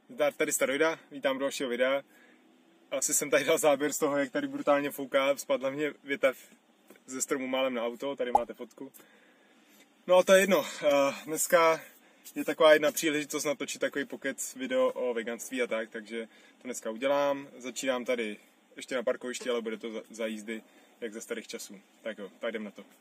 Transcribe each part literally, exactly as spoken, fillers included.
Zdar, tady Staroida, vítám do dalšího videa. Asi jsem tady dal záběr z toho, jak tady brutálně fouká, spadla mě větev ze stromu málem na auto, tady máte fotku. No a to je jedno, dneska je taková jedna příležitost natočit takový pokec video o veganství a tak, takže to dneska udělám. Začínám tady ještě na parkovišti, ale bude to za jízdy, jak ze starých časů. Tak jo, tak jdem na to.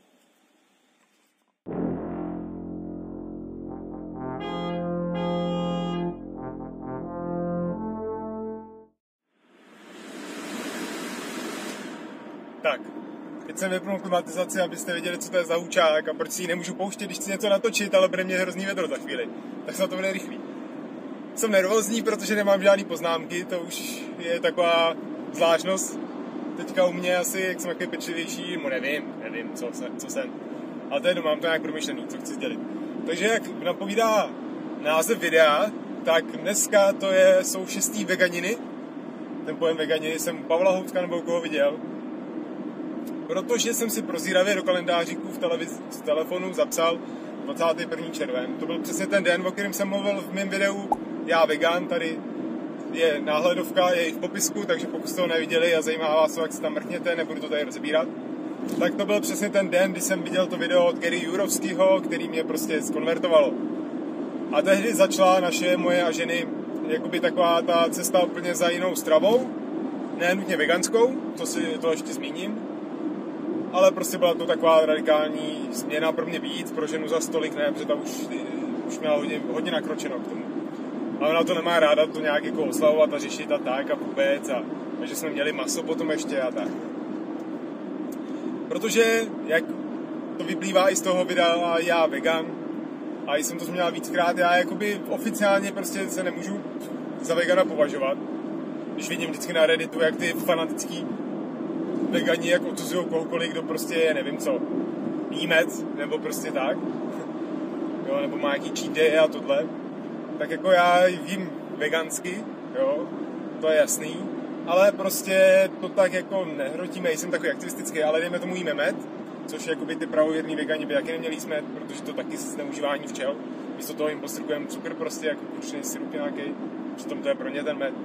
Tak, teď jsem vypnul klimatizaci, abyste věděli, co to je za hůčák a proč si ji nemůžu pouštět, když chci něco natočit, ale bude mě hrozný větro za chvíli. Tak se na to bude rychlý. Jsem nervózní, protože nemám žádný poznámky, to už je taková zvláštnost. Teďka u mě asi, jak jsem takový pečlivější, no nevím, nevím, co, se, co jsem. Ale to je jedno, mám to nějak promyšlený, co chci sdělit. Takže jak napovídá název videa, tak dneska to je, jsou šestý veganiny. Ten pojem veganiny jsem u Pavla Houtka nebo u koho viděl. Protože jsem si prozíravě do kalendáříku v, televizi, v telefonu zapsal dvacátý první červen. To byl přesně ten den, o kterém jsem mluvil v mém videu Já vegan. Tady je náhledovka, je i v popisku, takže pokud jste ho neviděli a zajímá vás, jak se tam mrkněte, nebudu to tady rozebírat. Tak to byl přesně ten den, kdy jsem viděl to video od Gary Jurovského, který mě prostě zkonvertovalo. A tehdy začala naše, moje a ženy, jakoby taková ta cesta úplně za jinou stravou. Ne nutně veganskou, to si to ještě zmíním. Ale prostě byla to taková radikální změna pro mě víc, pro ženu za stolik ne, protože ta už, už měla hodně, hodně nakročeno k tomu. A ona to nemá ráda to nějak jako oslavovat a řešit a tak a vůbec a, a že jsme měli maso potom ještě a tak. Protože, jak to vyplývá i z toho videa Já vegan, a jsem to změnil víckrát, já jakoby oficiálně prostě se nemůžu za vegana považovat. Když vidím vždycky na Redditu, jak ty fanatický vegani jak odsuzují kohokoliv, kdo prostě je, nevím co, jímec, nebo prostě tak, jo, nebo má nějaký cheat day a tohle, tak jako já jím vegansky, jo, to je jasný, ale prostě to tak jako nehrotíme, jsem takový aktivistický, ale dejme tomu jíme med, což jakoby ty pravověrný vegani by taky neměli jíst med, protože to taky zneužívání včel, místo toho jim postrkujeme cukr prostě jako kurčný sirup nějaký, přitom to je pro ně ten med.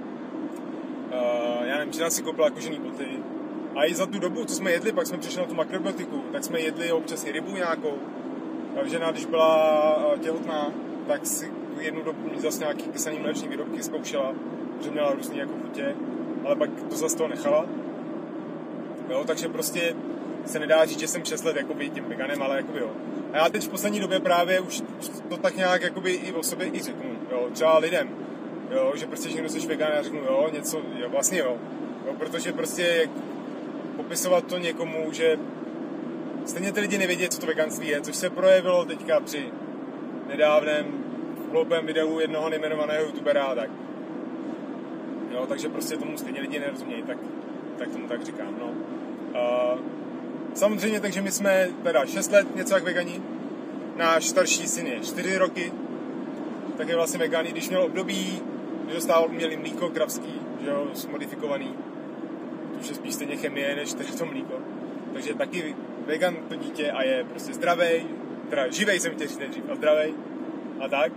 Uh, já nevím, žena si koupila kožený boty, a i za tu dobu, co jsme jedli, pak jsme přišli na tu makrobiotiku, tak jsme jedli občas i rybu nějakou. Žena, když byla těhotná, tak si jednu dobu zase nějaký kyselý mléčný výrobky zkoušela, že měla různý jako chutě, ale pak to zase toho nechala. Jo, takže prostě se nedá říct, že jsem šest let jakoby tím veganem, ale jakoby jo. A já teď v poslední době právě už to tak nějak jakoby i o sobě i řeknu, jo, třeba lidem, jo, že prostě, že někdo jsi vegan, já řeknu, jo, něco, jo, vlastně jo, jo, protože prostě popisovat to někomu, že stejně ty lidi nevědí, co to veganství je, což se projevilo teďka při nedávném hloupém videu jednoho nejmenovaného youtubera a tak. Jo, takže prostě tomu stejně lidi nerozumějí, tak, tak tomu tak říkám, no. Uh, samozřejmě, takže my jsme teda šest let něco jak vegani, náš starší syn je čtyři roky, tak je vlastně vegan, i když měl období, že dostával umělý mlíko kravský, že jo, modifikovaný. Už je spíš stejně chemie, než teda to mlíko. Takže taky vegan to dítě a je prostě zdravej, teda živej jsem chtěl říct nejdřív, a zdravej a tak.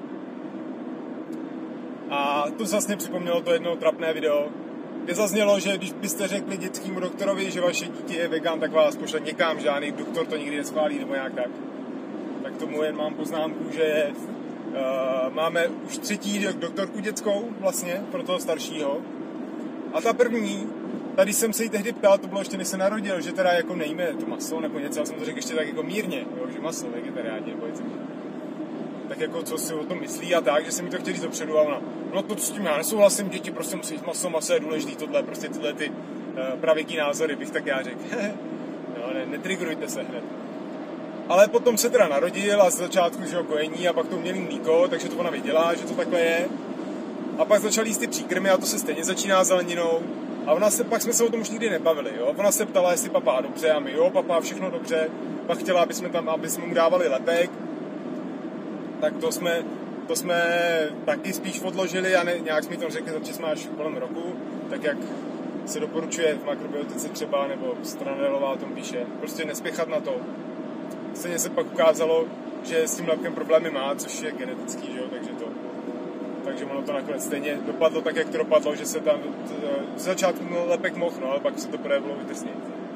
A to vlastně připomnělo to jedno trapné video, kde zaznělo, že když byste řekli dětskému doktorovi, že vaše dítě je vegan, tak vás pošle někam, žádný doktor to nikdy neschválí nebo nějak tak. Tak tomu jen mám poznámku, že uh, máme už třetí doktorku dětskou vlastně pro toho staršího. A ta první, tady jsem se jí tehdy ptal, to bylo ještě než se narodil, že teda jako nejíme to maso nebo něco, já jsem to řekl ještě tak jako mírně, jo, že maso, vegetariáni nebo něco. Tak jako co si o tom myslí a tak, že jsem mi to chtěl říct dopředu a ona, no to s tím já nesouhlasím, děti prostě musí jít maso, maso je důležitý, tohle, prostě tyhle ty uh, pravěký názory bych tak já řekl. No, ne, netrigrujte se hned. Ale potom se teda narodil a z začátku že kojení a pak to měli mlíko, takže to ona věděla, že to takhle je. A pak začali jíst ty příkrmy a to se stejně začíná zeleninou. A ona se, pak jsme se o tom už nikdy nebavili, jo. Ona se ptala, jestli papá dobře a my jo, papá všechno dobře. Pak chtěla, aby jsme tam, aby jsme mu dávali lepek. Tak to jsme, to jsme taky spíš odložili a ne, nějak jsme to řekli, že jsme až kolem roku. Tak jak se doporučuje v makrobiotice třeba, nebo Stranelová o tom píše. Prostě nespěchat na to. Stejně se pak ukázalo, že s tím lepkem problémy má, což je genetický, že jo, takže to. takže ono to nakonec stejně dopadlo tak, jak to dopadlo, že se tam v začátku lepek mohl, no, ale pak se to projevilo vydrsně.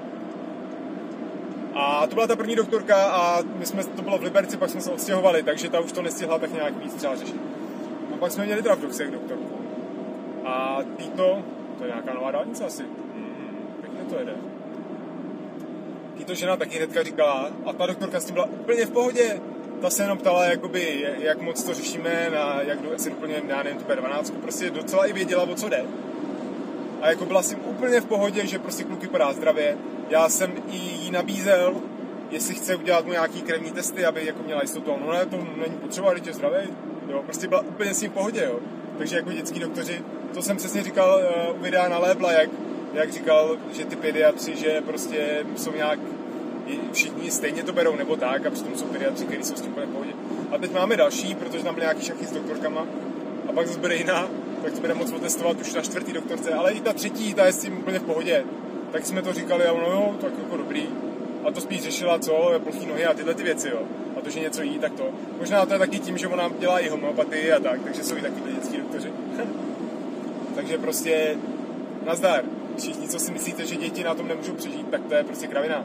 A to byla ta první doktorka a my jsme, to bylo v Liberci, pak jsme se odstěhovali, takže ta už to nestihla tak nějak víc třeba řešit. A pak jsme měli teda v Doxech doktorku. A Týto, to je nějaká nová dálnice asi, hmm, pěkně to jede. Týto žena taky hnedka říkala, a ta doktorka s tím byla úplně v pohodě. Ta se jenom ptala, jakoby, jak moc to řešíme, na, jak si doplňujeme, já nevím, tu P dvanáct, prostě docela i věděla, o co jde. A jako byla jsem úplně v pohodě, že prostě kluk vypadá zdravě. Já jsem i jí nabízel, jestli chce udělat mu nějaký krevní testy, aby jako měla jistotu. No ne, to není potřeba, když je zdravý. Jo, prostě byla úplně s ním v pohodě, jo. Takže jako dětský doktoři, to jsem přesně říkal uh, u videa na Lébla, jak, jak říkal, že ty pediatři, že prostě jsou nějak, všichni stejně to berou, nebo tak, a přitom jsou pediatři, kteří jsou s tím úplně v pohodě. A teď máme další, protože tam byly nějaký šachy s doktorkama, a pak zase bude jiná, tak to bude moc otestovat už na čtvrtý doktorce, ale i ta třetí, ta je s tím úplně v pohodě. Tak jsme to říkali a ono jo, tak jako dobrý. A to spíš řešila co, plochý nohy a tyhle ty věci, jo. A to, že něco jí, tak to. Možná to je taky tím, že ona dělá i homeopatii a tak, takže jsou i takový dětský doktoři. Takže prostě nazdar. Všichni, co si myslíte, že děti na tom nemůžou přežít, tak to je prostě kravina.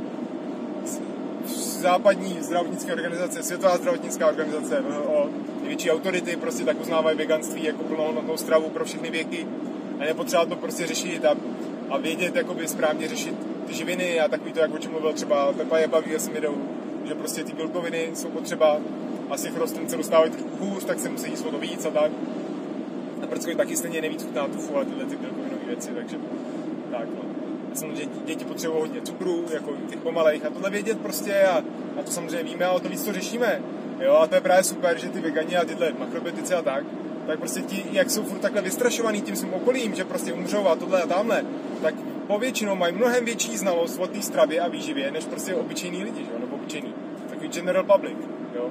Západní zdravotnické organizace, Světová zdravotnická organizace, o největší autority prostě tak uznávají veganství jako plnohodnotnou stravu pro všechny věky a nepotřeba to prostě řešit a, a vědět, jakoby správně řešit ty živiny a takový to, jak o čem mluvil třeba Pepa je baví, jsem videu, že prostě ty bílkoviny jsou potřeba a z těch rostlin se dostávají trochu hůř, tak se musí jíst o to víc a tak. A prckovi taky stejně nejvíc chutná tofu a tyhle ty bílkovinové věci, takže tak no. Samozřejmě děti potřebují hodně cukru, jako těch pomalejch a tohle vědět prostě a, a to samozřejmě víme a o to víc to řešíme. Jo, a to je právě super, že ty vegani a tyhle makrobiotici a tak, tak prostě ti, jak jsou furt takhle vystrašovaný tím svým okolím, že prostě umřou a tohle a tamhle, tak povětšinou mají mnohem větší znalost o té stravě a výživě, než prostě obyčejní lidi, že jo, nebo obyčejný, takový general public, jo.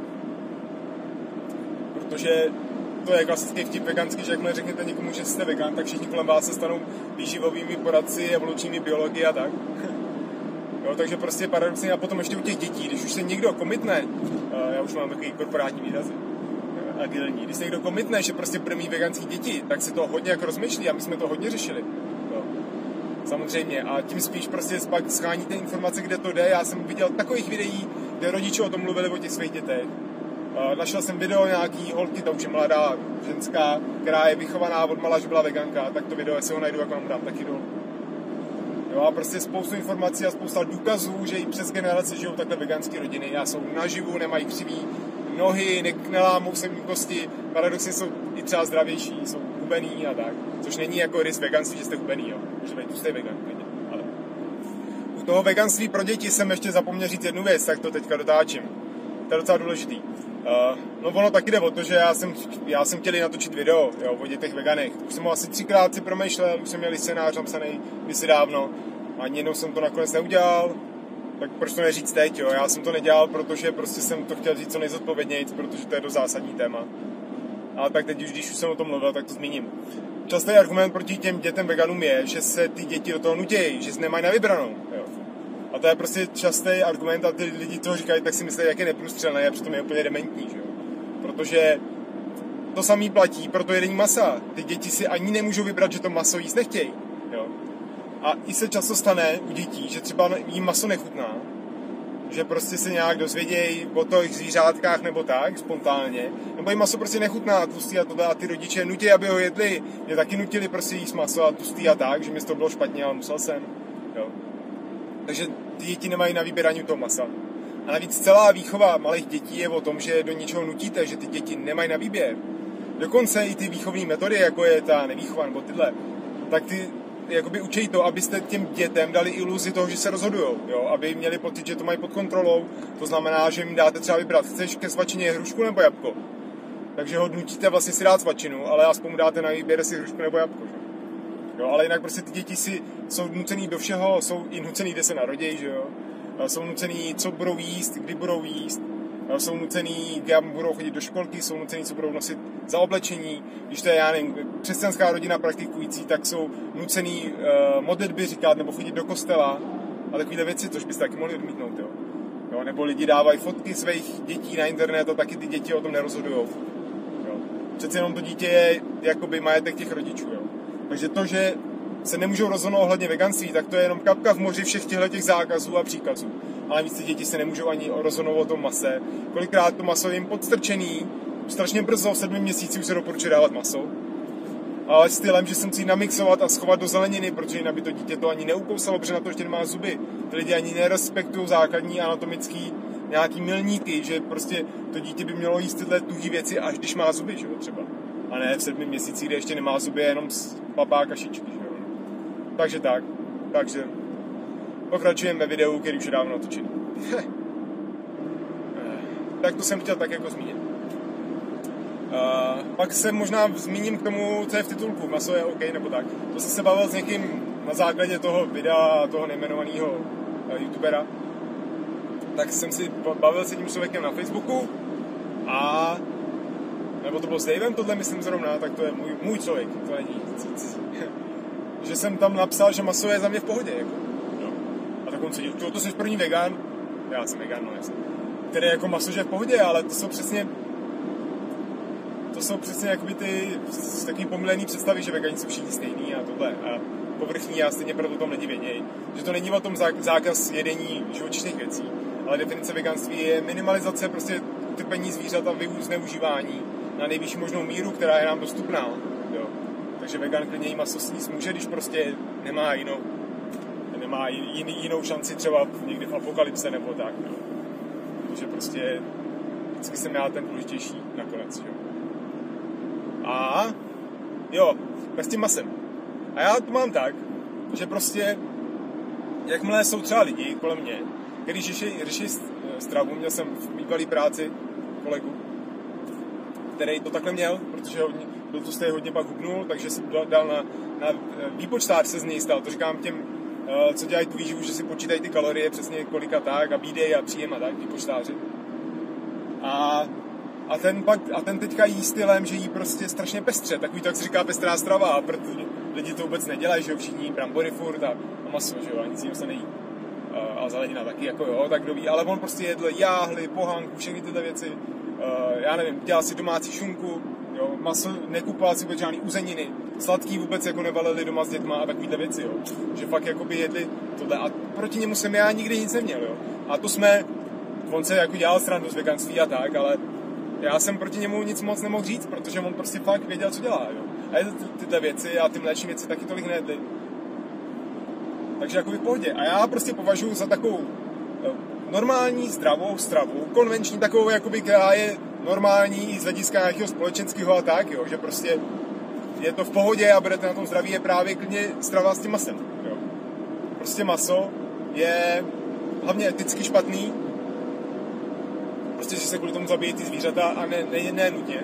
Protože to je klasický vtip veganský, že jakmile řeknete někomu, že jste vegan, tak všichni kolem vás se stanou výživovými poradci, evolučními biologi a tak. Jo, takže prostě paradoxně a potom ještě u těch dětí, když už se někdo komitne, já už mám takový korporátní výrazy, agilní, když se někdo komitne, že prostě bude mít veganský děti, tak si to hodně jako rozmýšlí a my jsme to hodně řešili. Jo. Samozřejmě a tím spíš prostě pak sháníte informace, kde to jde. Já jsem viděl takových videí, kde rodiče o tom mluvili o těch svých dětech. Našel jsem video nějaký holky, ta už je mladá ženská, která je vychovaná od mala, že byla veganka, tak to video, jestli ho najdu, jak vám dám, taky dolů. Jo, a prostě spoustu informací a spousta důkazů, že i přes generace žijou takhle veganské rodiny a jsou naživu, nemají křivý nohy, ne- nelámou se jim kosti, paradoxně jsou i třeba zdravější, jsou hubený a tak, což není jako rys veganství, že jste hubený, jo, může být tlustý vegan, ale u toho veganství pro děti jsem ještě zapomněl říct jednu věc, tak to teďka dotáčím, to je docela důležitý. Uh, no ono taky jde o to, že já jsem, já jsem chtěl natočit video, jo, o dětech veganech. Už jsem ho asi třikrát si promýšlel, už jsem měl scénář napsaný kdysi dávno. Ani jednou jsem to nakonec neudělal, tak proč to neříct teď, jo? Já jsem to nedělal, protože prostě jsem to chtěl říct co nejzodpovědnějc, protože to je dost zásadní téma. Ale tak teď už, když už jsem o tom mluvil, tak to zmíním. Častý argument proti těm dětem veganům je, že se ty děti do toho nutějí, že nemají na vybranou, jo. A to je prostě častý argument a ty lidi toho říkají, tak si myslí, jak je neprůstřelný a přitom je úplně dementní, že jo. Protože to samý platí pro to jedení masa. Ty děti si ani nemůžou vybrat, že to maso jíst nechtějí, jo. A i se často stane u dětí, že třeba jim maso nechutná, že prostě se nějak dozvědějí o těch zvířátkách nebo tak, spontánně, nebo jim maso prostě nechutná, tlustý a tohle a ty rodiče nutí, aby ho jedli. Mě taky nutili prostě jíst maso a tlustý a tak, že mi to bylo špatně, ale musel jsem, jo. Takže ty děti nemají na vybírání toho masa. A navíc celá výchova malých dětí je o tom, že do něčeho nutíte, že ty děti nemají na výběr. Dokonce i ty výchovní metody, jako je ta nevýchova nebo tyhle, tak ty jakoby učí to, abyste těm dětem dali iluzi toho, že se rozhodujou, jo? Aby měli pocit, že to mají pod kontrolou. To znamená, že jim dáte třeba vybrat, chceš ke svačině hrušku nebo jabko. Takže ho nutíte vlastně si dát svačinu, ale aspoň mu dáte na výběr si hrušku nebo jabko. Že? Jo, ale jinak prostě ty děti si jsou nucený do všeho, jsou i nucený, kde se narodějí, že jo. Jsou nucený, co budou jíst, kdy budou jíst. Jsou nucený, kam budou chodit do školky, jsou nucený, co budou nosit za oblečení. Když to je, já nevím, křesťanská rodina praktikující, tak jsou nucený uh, modlitby říkat nebo chodit do kostela a takovéhle věci, což byste taky mohli odmítnout, jo. Jo, nebo lidi dávají fotky svých dětí na internet a taky ty děti o tom nerozhodujou. Jo. přece jenom to dítě je jakoby majetek těch rodičů, jo. Takže to, že se nemůžou rozhodnout ohledně veganství, tak to je jenom kapka v moři všech těchto zákazů a příkazů. Ale víc ty děti se nemůžou ani rozhodnout o tom mase. Kolikrát to maso je jim podstrčený, strašně brzo, v sedmi měsících už se doporučuje dávat maso. Ale stylem, že se musí namixovat a schovat do zeleniny, protože jinak by to dítě to ani neukousalo, protože na to ještě nemá zuby. Ty lidi ani nerespektují základní anatomický nějaký milníky, že prostě to dítě by mělo jíst tyhle tuhý věci, až když má zuby, že jo, třeba. A ne v sedmi měsících, kde ještě nemá zuby, jenom papá kašičky, že jo. Takže tak, takže pokračujeme ve videu, který už je dávno natočený. Tak to jsem chtěl tak jako zmínit. Uh, pak se možná zmíním k tomu, co je v titulku, maso je OK, nebo tak. To jsem se bavil s někým na základě toho videa, toho nejmenovaného uh, youtubera. Tak jsem si bavil s tím člověkem na Facebooku a nebo to bylo s Davem, tohle myslím zrovna, tak to je můj, můj člověk, to není že jsem tam napsal, že maso je za mě v pohodě, jako. No. A tak on se dělal, to jsi první vegan, já jsem vegan, no jasně. Tedy jako maso, že je v pohodě, ale to jsou přesně to jsou přesně jakoby ty takový pomylený představy, že vegani jsou všichni stejný a tohle a povrchní a stejně proto tom lidi vědějí. Že to není o tom zákaz jedení živočišných věcí, ale definice veganství je minimalizace prostě utrpení zvířat a zneužívání na nejvyšší možnou míru, která je nám dostupná. Jo. Takže vegan klidně jí maso sníst může, když prostě nemá jinou, nemá jiný, jinou šanci třeba někdy v apokalypse nebo tak. Jo. Protože prostě vždycky jsem já ten důležitější nakonec. Jo. A jo, s tím masem. A já to mám tak, že prostě jakmile jsou třeba lidi kolem mě, kteří řeší, řeší stravu, měl jsem v bývalý práci kolegu, který to takhle měl, protože hodně, byl to stejně hodně pak hubnul, takže se dal na, na výpočtář, se z něj stal. To říkám těm, co dělají tu výživu, že si počítají ty kalorie, přesně kolika tak, a bídej a příjem a tak, výpočtáři. A, a, ten pak, a ten teďka jí stylem, že jí prostě strašně pestře, takový to, jak se říká pestrá strava, a protože lidi to vůbec nedělají, že jo, všichni brambory furt a, a maso, že jo, a nic jiného se nejí. A, a zelenina taky, jako jo, tak kdo ví, ale on prostě jedl jáhly, pohanku, všechny tyhle věci. Uh, já nevím, dělal si domácí šunku, jo, maso, nekupoval si vůbec žádný uzeniny, sladký vůbec jako nevalili doma s dětma a takovýhle věci, jo. Že fakt jakoby jedli tohle a proti němu jsem já nikdy nic neměl, jo. A to jsme, on se jako dělal srandu z veganství a tak, ale já jsem proti němu nic moc nemohl říct, protože on prostě fakt věděl, co dělá, jo. A jedl ty, tyhle věci a ty mléčné věci taky tolik nejedli. Takže jakoby v pohodě. A já prostě považuji za takovou normální, zdravou stravu, konvenční takovou, jakoby, která je normální i z hlediska nějakého společenského a tak, jo, že prostě je to v pohodě a budete na tom zdraví, je právě klidně strava s tím masem, jo. Prostě maso je hlavně eticky špatný, prostě, že se kvůli tomu zabijí ty zvířata a ne, ne, ne nutně.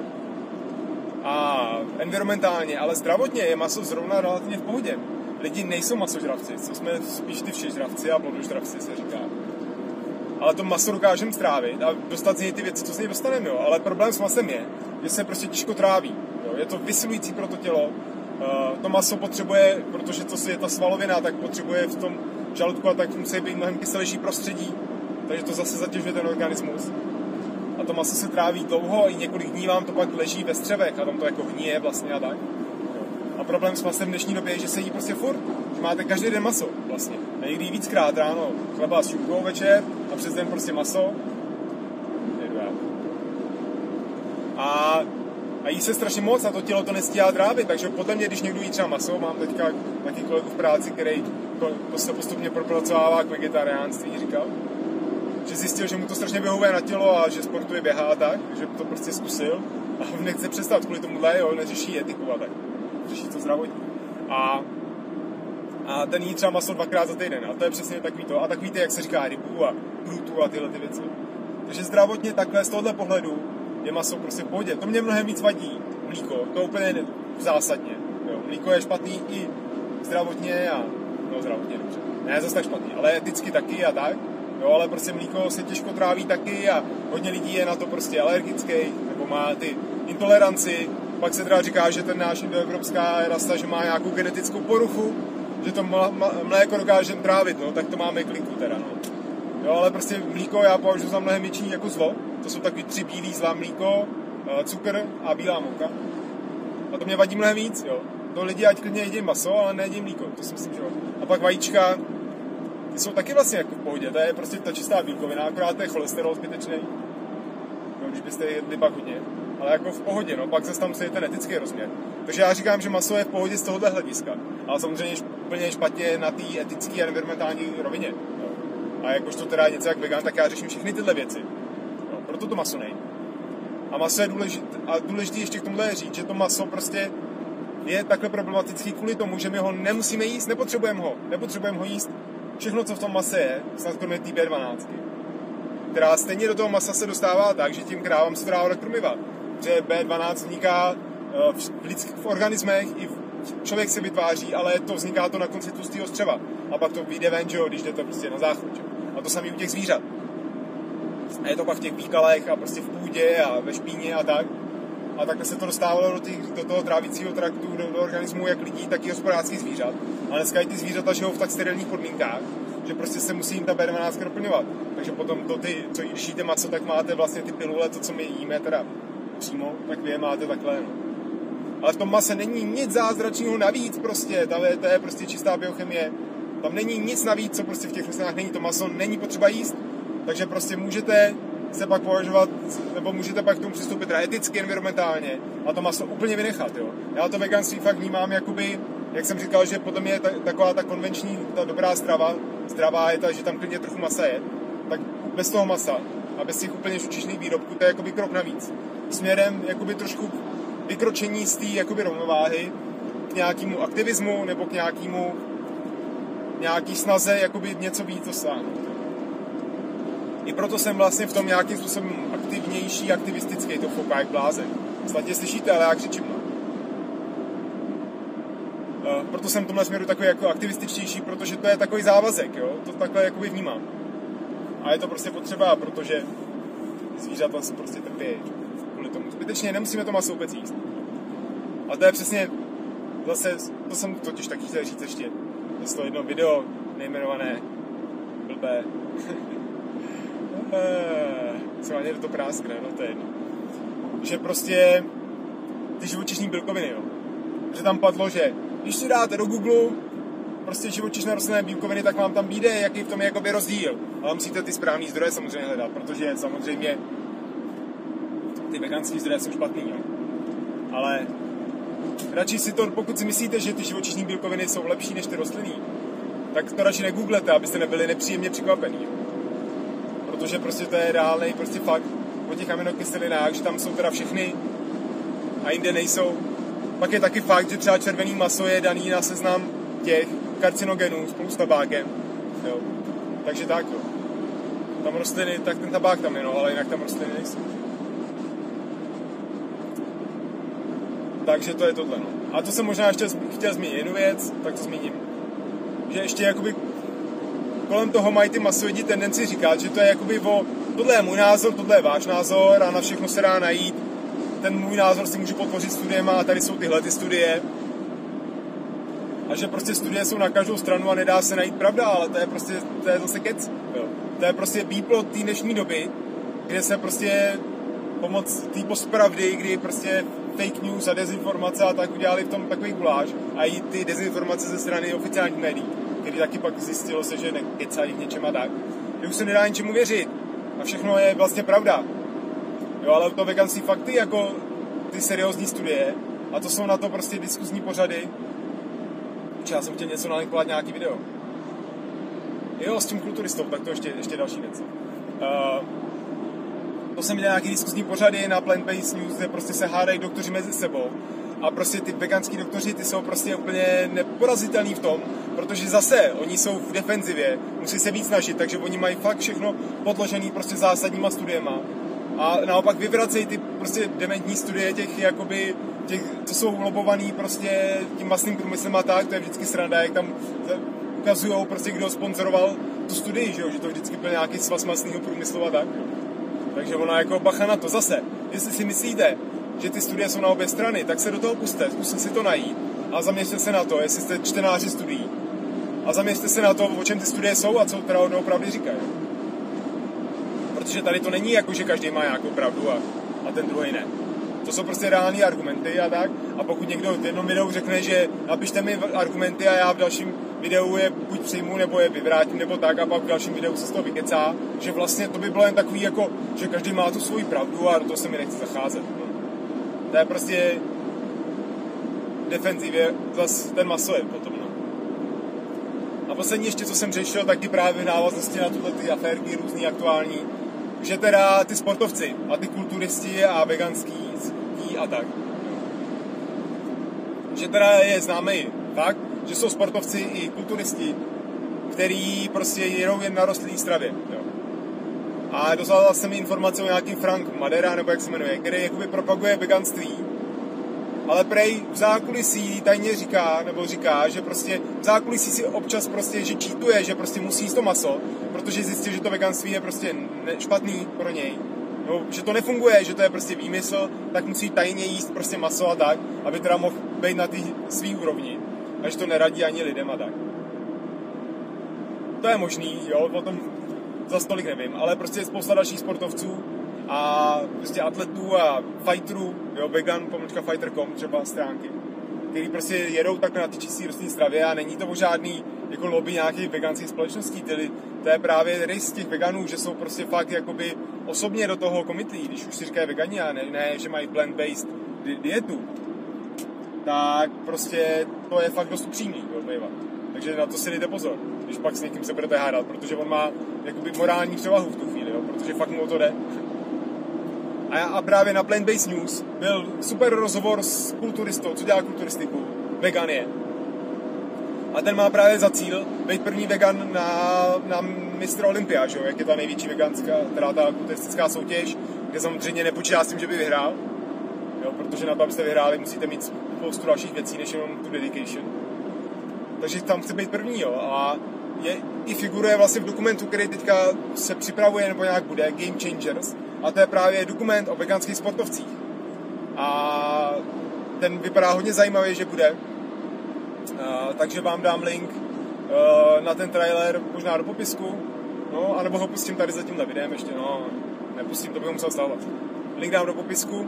A environmentálně, ale zdravotně je maso zrovna relativně v pohodě. Lidi nejsou masožravci, co jsme spíš ty všežravci a plodožravci, se říká. Ale to maso dokážeme strávit a dostat z něj ty věci, co z něj dostaneme, jo. Ale problém s masem je, že se prostě těžko tráví. Jo. Je to vysilující pro to tělo. Uh, to maso potřebuje, protože to je ta svalovina, tak potřebuje v tom žaludku a tak musí být mnohem kyselější prostředí. Takže to zase zatěžuje ten organismus. A to maso se tráví dlouho, i několik dní vám to pak leží ve střevech a tam to jako hníje vlastně a tak. Jo. A problém s masem v dnešní době je, že se jí prostě furt, že máte každý den maso vlastně. A někdy víckrát ráno chleba s šunkou večer a přes den prostě maso. Jedu já. A, a jí se strašně moc a to tělo to nestíhá trávit, takže podle mě, když někdo jí třeba maso, mám teďka taky kolegu v práci, který to se postupně propracovává k vegetariánství, říkal, že zjistil, že mu to strašně vyhovuje na tělo a že sportuje, běhá a tak, že to prostě zkusil a nechce přestat kvůli tomuhle, jo, neřeší etiku a tak, řeší to zdravotní. A A ten jí třeba maso dvakrát za týden. A to je přesně takový to. A takový ty, jak se říká, rybu a průtu a tyhle ty věci. Takže zdravotně takhle z tohohle pohledu je maso prostě v pohodě. To mě mnohem víc vadí. Mlíko, to úplně ne, zásadně. Jo. Mlíko je špatný i zdravotně a... No zdravotně, dobře. Ne zase tak špatný, ale eticky taky a tak. Jo, ale prostě mlíko se těžko tráví taky a hodně lidí je na to prostě alergický, nebo má ty intoleranci. Pak se teda říká, že ten náš indoevropská rasta, že má nějakou genetickou poruchu, že to mléko dokážeme trávit, no, tak to máme kliku teda, no. Jo, ale prostě mlíko já považuji za mnohem větší jako zlo. To jsou takový tři bílý zlá mlíko, cukr a bílá mouka. A to mě vadí mnohem víc, jo. To lidi ať klidně jedí maso, ale nejedí mlíko, to si myslím, že jo. A pak vajíčka, ty jsou taky vlastně jako v pohodě, to je prostě ta čistá bílkovina, akorát to je cholesterol zbytečný. No, když byste jedli pak hodně. Ale jako v pohodě, no, pak zase tam je ten etický rozměr. Takže já říkám, že maso je v pohodě z tohohle hlediska. Ale samozřejmě úplně špatně na té etické a environmentální rovině. No. A jakožto teda něco jak vegan, tak já řeším všechny tyhle věci. No, proto to maso nejde. A maso je důležité, a důležité ještě k tomuhle říct, že to maso prostě je takhle problematický kvůli tomu, že my ho nemusíme jíst, nepotřebujeme ho, nepotřebujeme ho jíst. Všechno, co v tom mase je, snad kromě té bé dvanáct, která stejně do toho masa se dostává tak, že tím krávám se to dává do krmiva. Že bé dvanáct vzniká v, lidských, v organismech, i v, člověk se vytváří, ale to vzniká to na konci tlustého střeva. A pak to vyjde ven, že jo, když jdete prostě na záchod. A to samé u těch zvířat. A je to pak v těch výkalech a prostě v půdě a ve špíně a tak. A takhle se to dostávalo do, těch, do toho trávicího traktu, do, do organismu jak lidí, tak i hospodářských zvířat. A dneska i ty zvířata žijou v tak sterilních podmínkách, že prostě se musí jim ta bé dvanáct doplňovat. Takže potom to ty, co když jíte maso, tak máte vlastně ty pilule, to, co my jíme teda přímo, tak vy je máte takhle. No. Ale v tom mase není nic zázračného navíc prostě, to je prostě čistá biochemie. Tam není nic navíc, co prostě v těch rostlinách není. To maso není potřeba jíst, takže prostě můžete se pak považovat, nebo můžete pak k tomu přistoupit eticky, environmentálně a to maso úplně vynechat, jo. Já to veganství fakt vnímám jakoby, jak jsem říkal, že potom je ta, taková ta konvenční, ta dobrá strava, zdravá je ta, že tam klidně trochu masa je, tak bez toho masa a bez těch úplně živočišných výrobků, to je jakoby krok navíc. Směrem jakoby trošku vykročení z té jakoby rovnováhy k nějakému aktivismu nebo k nějakému nějaký snaze jakoby něco víc dosáhnout. I proto jsem vlastně v tom nějakým způsobem aktivnější, aktivistický, to fouká jak blázen. Snad tě slyšíte, ale já křičím. No. Uh, proto jsem v tomhle směru takový jako aktivističtější, protože to je takový závazek, jo? To takhle jakoby vnímám. A je to prostě potřeba, protože zvířata se prostě trpí kvůli tomu. Zbytečně nemusíme to maso vůbec jíst. A to je přesně, zase, to jsem totiž taky chtěl říct ještě. To je jedno video nejmenované blbé. Co ani to práskne, no to je jedno. Že prostě ty živočišní bílkoviny, jo. Že tam padlo, že když si dáte do Google prostě živočišné rostlinné bílkoviny, tak vám tam vyjde, jaký v tom je jakoby rozdíl. Ale musíte ty správný zdroje samozřejmě hledat, protože samozřejmě ty veganské zdroje jsou špatný, jo. Ale radši si to, pokud si myslíte, že ty živočišní bílkoviny jsou lepší než ty rostlinný, tak to radši negooglete, abyste nebyli nepříjemně překvapení, jo. Protože prostě to je reálný prostě fakt o těch aminokyselinách, že tam jsou teda všechny a jinde nejsou. Pak je taky fakt, že třeba červený maso je daný na seznam těch karcinogenů spolu s tabákem. Jo. Takže tak, jo. Tam rostliny, tak ten tabák tam je, no, ale jinak tam rostliny nejsou. Takže to je tohle, no. A to jsem možná ještě chtěl zmínit jednu věc, tak to zmíním. Že ještě jakoby kolem toho mají ty masojedi tendenci říkat, že to je jakoby o, tohle je můj názor, tohle je váš názor a na všechno se dá najít. Ten můj názor si můžu podpořit studiema a tady jsou tyhle ty studie. A že prostě studie jsou na každou stranu a nedá se najít pravda, ale to je prostě, to je zase kec. Jo. To je prostě výplod té dnešní doby, kde se prostě pomoc té postpravdy, kdy prostě fake news a dezinformace a tak udělali v tom takový guláš a i ty dezinformace ze strany oficiálních médií, který taky pak zjistilo se, že nekecají v něčem a tak. Že už se nedá ničemu věřit a všechno je vlastně pravda. Jo, ale to veganství fakty jako ty seriózní studie a to jsou na to prostě diskuzní pořady. Já jsem chtěl něco nalinkovat, nějaký video. Jo, s tím kulturistou, tak to ještě, ještě další věc. Uh, to jsem měl nějaký diskuzní pořady na Plant-Based News, kde prostě se hádají doktoři mezi sebou. A prostě ty veganský doktoři, ty jsou prostě úplně neporazitelní v tom, protože zase oni jsou v defenzivě, musí se víc snažit, takže oni mají fakt všechno podložený prostě zásadníma studiema. A naopak vyvracejí ty prostě dementní studie těch jakoby, těch, co jsou lobovaný prostě tím masným průmyslem a tak, to je vždycky sranda, jak tam ukazujou prostě, kdo sponzoroval tu studii, že, jo? Že to vždycky byl nějaký svaz masného průmyslu a tak. Takže ona jako bacha na to zase. Jestli si myslíte, že ty studie jsou na obě strany, tak se do toho puste, zkuste si to najít a zaměřte se na to, jestli jste čtenáři studií. A zaměřte se na to, o čem ty studie jsou a co teda opravdu říkají. Protože tady to není jako, že každý má nějakou pravdu a, a ten druhý ne. To jsou prostě reální argumenty a tak. A pokud někdo v jednom videu řekne, že napište mi argumenty a já v dalším videu je buď přijmu, nebo je vyvrátím, nebo tak, a pak v dalším videu se z toho vykecá, že vlastně to by bylo jen takový, jako, že každý má tu svoji pravdu a do toho se mi nechce zacházet. No. To je prostě defenzivě zase ten masový potom. No. A poslední ještě, co jsem řešil, taky právě v návaznosti na tuhle ty aférky různý aktuální, že teda ty sportovci a ty kulturisti a veganský a tak. Že teda je známý fakt, že jsou sportovci i kulturisti, který prostě jedou jen na rostlinné stravě. Jo. A dostala jsem mi informace o nějakým Frank Madera, nebo jak se jmenuje, který jakoby propaguje veganství, ale prej v zákulisí tajně říká, nebo říká, že prostě v zákulisí si občas prostě, že cheatuje, že prostě musí jíst to maso, protože zjistil, že to veganství je prostě špatný pro něj. No, že to nefunguje, že to je prostě výmysl, tak musí tajně jíst prostě maso a tak, aby teda mohl být na té svý úrovni. A že to neradí ani lidem a tak. To je možný, jo, o tom zas tolik nevím, ale prostě je spousta dalších sportovců a prostě atletů a fighterů, jo, vegan, pomlčka fighter tečka com třeba stránky, který prostě jedou takhle na ty čistý rostlinné stravě a není to o žádný jako lobby nějakých veganských společností, tedy to je právě rys těch veganů, že jsou prostě fakt jakoby osobně do toho komitlí, když už si říkají vegani a ne, ne že mají plant-based di- dietu, tak prostě to je fakt dost upřímný, jo, bývat. Takže na to si dejte pozor, když pak s někým se budete hádat, protože on má jakoby morální převahu v tu chvíli, jo, protože fakt mu o to jde. A, a právě na Plant-Based News byl super rozhovor s kulturistou, co dělá kulturistiku, vegan je. A ten má právě za cíl být první vegan na, na mistr Olympia, že jo, jak je ta největší veganská, teda ta kulturistická soutěž, kde samozřejmě nepočítá s tím, že by vyhrál, jo, protože na to, abyste vyhráli, musíte mít spoustu dalších věcí, než jenom tu dedication. Takže tam chce být první, jo, a je, i figuruje vlastně v dokumentu, který teďka se připravuje, nebo nějak bude, Game Changers, a to je právě dokument o veganských sportovcích. A ten vypadá hodně zajímavě, že bude. Uh, takže vám dám link uh, na ten trailer možná do popisku, no, anebo ho pustím tady za tímhle videem ještě, no, nepustím, to bych ho musel stávat. Link dám do popisku.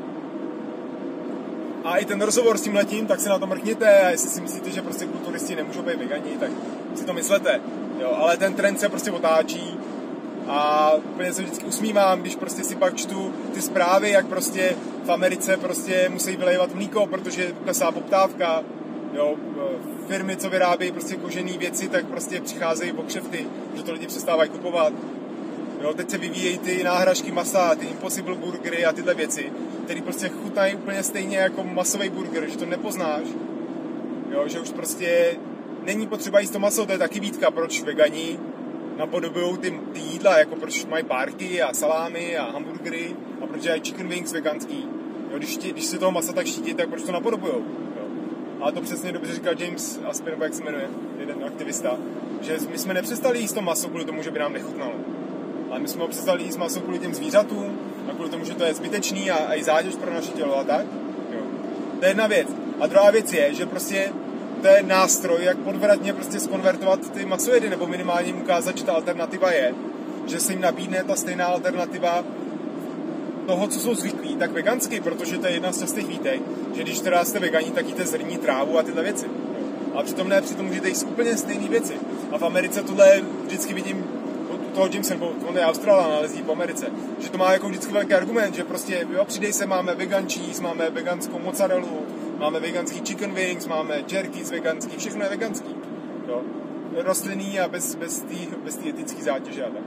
A i ten rozhovor s tím letím, tak se na to mrkněte a jestli si myslíte, že prostě kulturisti nemůžou být vegani, tak si to myslete, jo, ale ten trend se prostě otáčí a úplně se vždycky usmívám, když prostě si pak čtu ty zprávy, jak prostě v Americe prostě musí vylejvat mlíko, protože klesá poptávka. Jo, firmy, co vyrábějí prostě kožený věci, tak prostě přicházejí o kšefty, že to lidi přestávají kupovat. Jo, teď se vyvíjejí ty náhražky masa, ty Impossible burgery a tyhle věci, které prostě chutnají úplně stejně jako masový burger, že to nepoznáš. Jo, že už prostě není potřeba jíst to maso, to je taky výtka, proč vegani napodobují ty, ty jídla, jako proč mají párky a salámy a hamburgery a proč mají chicken wings veganský. Jo, když, když si toho masa tak štítí, tak proč to napodobujou? A to přesně dobře říkal James Aspen, jak se jmenuje, jeden aktivista, že my jsme nepřestali jíst to maso kvůli tomu, že by nám nechutnalo. Ale my jsme ho přestali jíst maso kvůli těm zvířatům a kvůli tomu, že to je zbytečný a, a i zátěž pro naše tělo a tak. Jo. To je jedna věc. A druhá věc je, že prostě to je nástroj, jak podvratně prostě skonvertovat ty masojedy, nebo minimálně jim ukázat, že ta alternativa je, že se jim nabídne ta stejná alternativa toho, co jsou zvyklí, tak vegansky, protože to je jedna z častých výtek, že když teda jste vegani, tak jíte zrní, trávu a tyhle věci. Ale přitom ne, přitom můžete jíst úplně stejné věci. A v Americe tohle vždycky vidím u toho Jamesa, on je Australan, ale jezdí po Americe, že to má jako vždycky velký argument, že prostě, jo, přidej se, máme vegan cheese, máme veganskou mozzarellu, máme veganský chicken wings, máme jerky veganský, všechno je veganský. Jo. Rostlinný a bez, bez té bez etické zátěže a tak.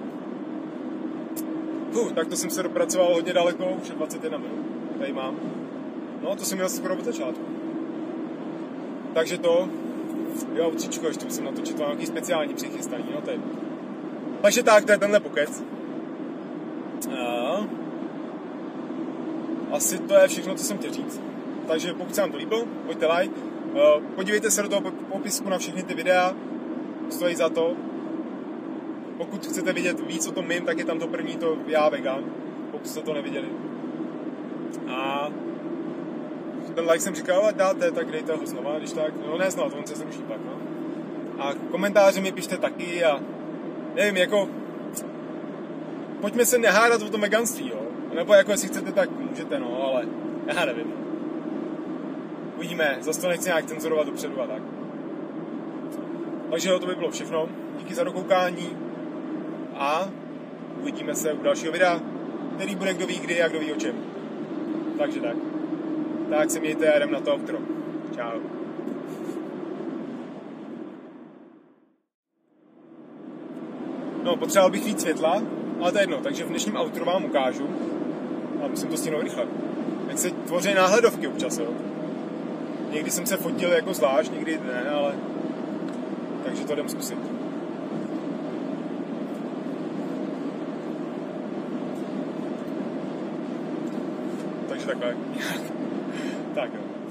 Fuh, tak to jsem se dopracoval hodně daleko, už je dvacet jedna minut, tady mám. No, to jsem měl skoro od začátku. Takže to, jo, tříčko, ještě musím natočit to nějaký speciální přichystaný, no to je. Takže tak, to je tenhle pokec. A... Asi to je všechno, co jsem chtěl říct. Takže pokud se vám to líbilo, hoďte like, podívejte se do toho popisku na všechny ty videa, stojí za to. Pokud chcete vidět víc o tom mým, tak je tam to první, to já vegan, pokud jste to neviděli. A ten like jsem říkal, ať dáte, tak dejte ho znova, když tak, no ne znova, to on se zruší pak, no. A komentáře mi pište taky a nevím, jako pojďme se nehádat o tom veganství, jo. Nebo jako jestli chcete, tak můžete, no, ale Já nevím. Uvidíme, zase to nechci nějak cenzurovat dopředu a tak. Takže to by bylo všechno. Díky za dokoukání a uvidíme se u dalšího videa, který bude kdo ví kdy a kdo ví o čem. Takže tak. Tak se mějte a jdem na to outro. Čau. No, potřeboval bych víc světla, ale to je jedno, takže v dnešním outru vám ukážu. Ale musím to stihnout rychle. Jak se tvoří náhledovky občas, jo. Někdy jsem se fotil jako zvlášť, někdy ne, ale... Takže to jdem zkusit. Takže takhle. Tak jo.